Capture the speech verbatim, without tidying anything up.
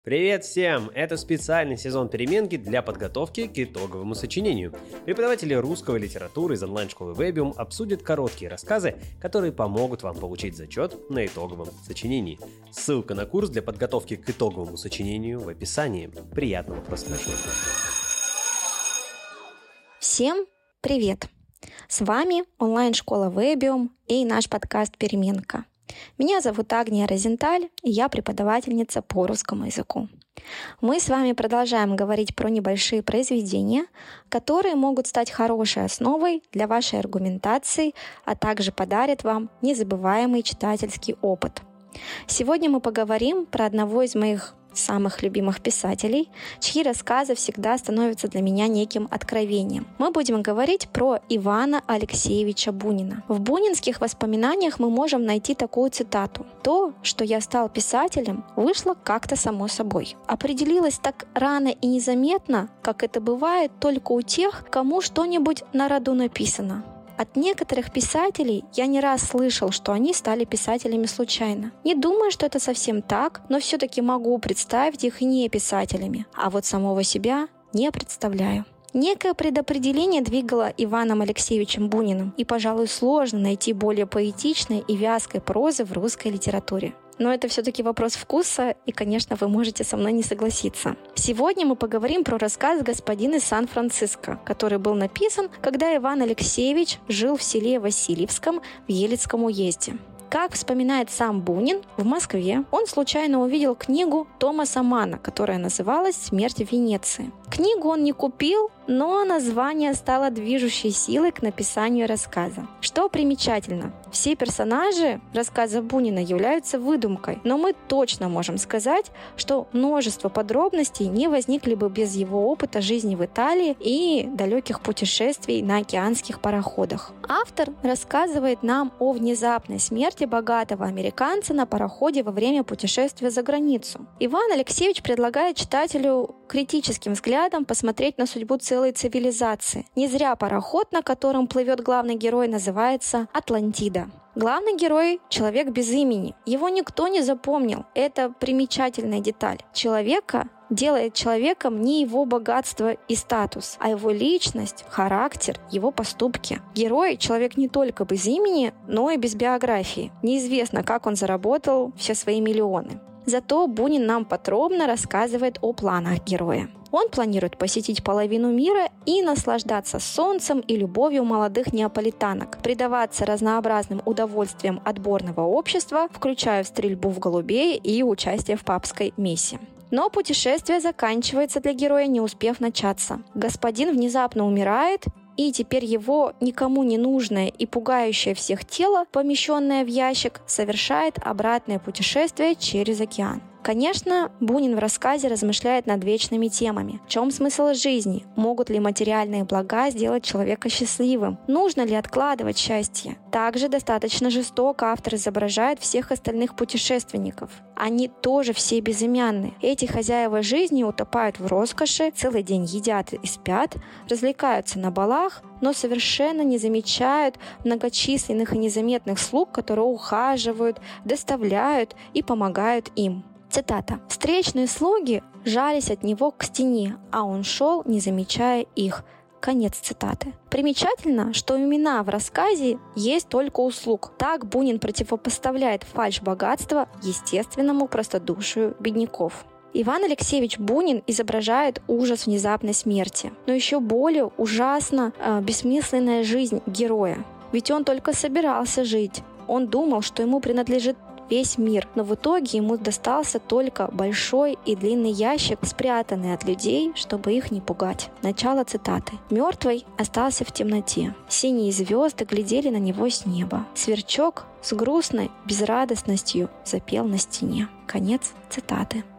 Привет всем! Это специальный сезон переменки для подготовки к итоговому сочинению. Преподаватели русской литературы из онлайн-школы Webium обсудят короткие рассказы, которые помогут вам получить зачет на итоговом сочинении. Ссылка на курс для подготовки к итоговому сочинению в описании. Приятного прослушивания! Всем привет! С вами онлайн-школа Webium и наш подкаст «Переменка». Меня зовут Агния Розенталь, и я преподавательница по русскому языку. Мы с вами продолжаем говорить про небольшие произведения, которые могут стать хорошей основой для вашей аргументации, а также подарят вам незабываемый читательский опыт. Сегодня мы поговорим про одного из моих самых любимых писателей, чьи рассказы всегда становятся для меня неким откровением. Мы будем говорить про Ивана Алексеевича Бунина. В бунинских воспоминаниях мы можем найти такую цитату: «То, что я стал писателем, вышло как-то само собой. Определилось так рано и незаметно, как это бывает только у тех, кому что-нибудь на роду написано». От некоторых писателей я не раз слышал, что они стали писателями случайно. Не думаю, что это совсем так, но все-таки могу представить их не писателями, а вот самого себя не представляю. Некое предопределение двигало Иваном Алексеевичем Буниным, и, пожалуй, сложно найти более поэтичной и вязкой прозы в русской литературе. Но это все-таки вопрос вкуса, и, конечно, вы можете со мной не согласиться. Сегодня мы поговорим про рассказ «Господин из Сан-Франциско», который был написан, когда Иван Алексеевич жил в селе Васильевском в Елецком уезде. Как вспоминает сам Бунин, в Москве он случайно увидел книгу Томаса Манна, которая называлась «Смерть в Венеции». Книгу он не купил, но название стало движущей силой к написанию рассказа. Что примечательно, все персонажи рассказа Бунина являются выдумкой, но мы точно можем сказать, что множество подробностей не возникли бы без его опыта жизни в Италии и далеких путешествий на океанских пароходах. Автор рассказывает нам о внезапной смерти богатого американца на пароходе во время путешествия за границу. Иван Алексеевич предлагает читателю критическим взглядом посмотреть на судьбу целой цивилизации. Не зря пароход, на котором плывет главный герой, называется «Атлантида». Главный герой – человек без имени. Его никто не запомнил. Это примечательная деталь. Человека делает человеком не его богатство и статус, а его личность, характер, его поступки. Герой – человек не только без имени, но и без биографии. Неизвестно, как он заработал все свои миллионы. Зато Бунин нам подробно рассказывает о планах героя. Он планирует посетить половину мира и наслаждаться солнцем и любовью молодых неаполитанок, предаваться разнообразным удовольствиям отборного общества, включая стрельбу в голубей и участие в папской мессе. Но путешествие заканчивается для героя, не успев начаться. Господин внезапно умирает, и теперь его никому не нужное и пугающее всех тело, помещенное в ящик, совершает обратное путешествие через океан. Конечно, Бунин в рассказе размышляет над вечными темами. В чем смысл жизни? Могут ли материальные блага сделать человека счастливым? Нужно ли откладывать счастье? Также достаточно жестоко автор изображает всех остальных путешественников. Они тоже все безымянны. Эти хозяева жизни утопают в роскоши, целый день едят и спят, развлекаются на балах, но совершенно не замечают многочисленных и незаметных слуг, которые ухаживают, доставляют и помогают им. Цитата. «Встречные слуги жались от него к стене, а он шел, не замечая их». Конец цитаты. Примечательно, что имена в рассказе есть только у слуг. Так Бунин противопоставляет фальшь богатства естественному простодушию бедняков. Иван Алексеевич Бунин изображает ужас внезапной смерти, но еще более ужасна э, бессмысленная жизнь героя. Ведь он только собирался жить. Он думал, что ему принадлежит весь мир, но в итоге ему достался только большой и длинный ящик, спрятанный от людей, чтобы их не пугать. Начало цитаты. «Мертвый остался в темноте. Синие звезды глядели на него с неба. Сверчок с грустной безрадостностью запел на стене». Конец цитаты.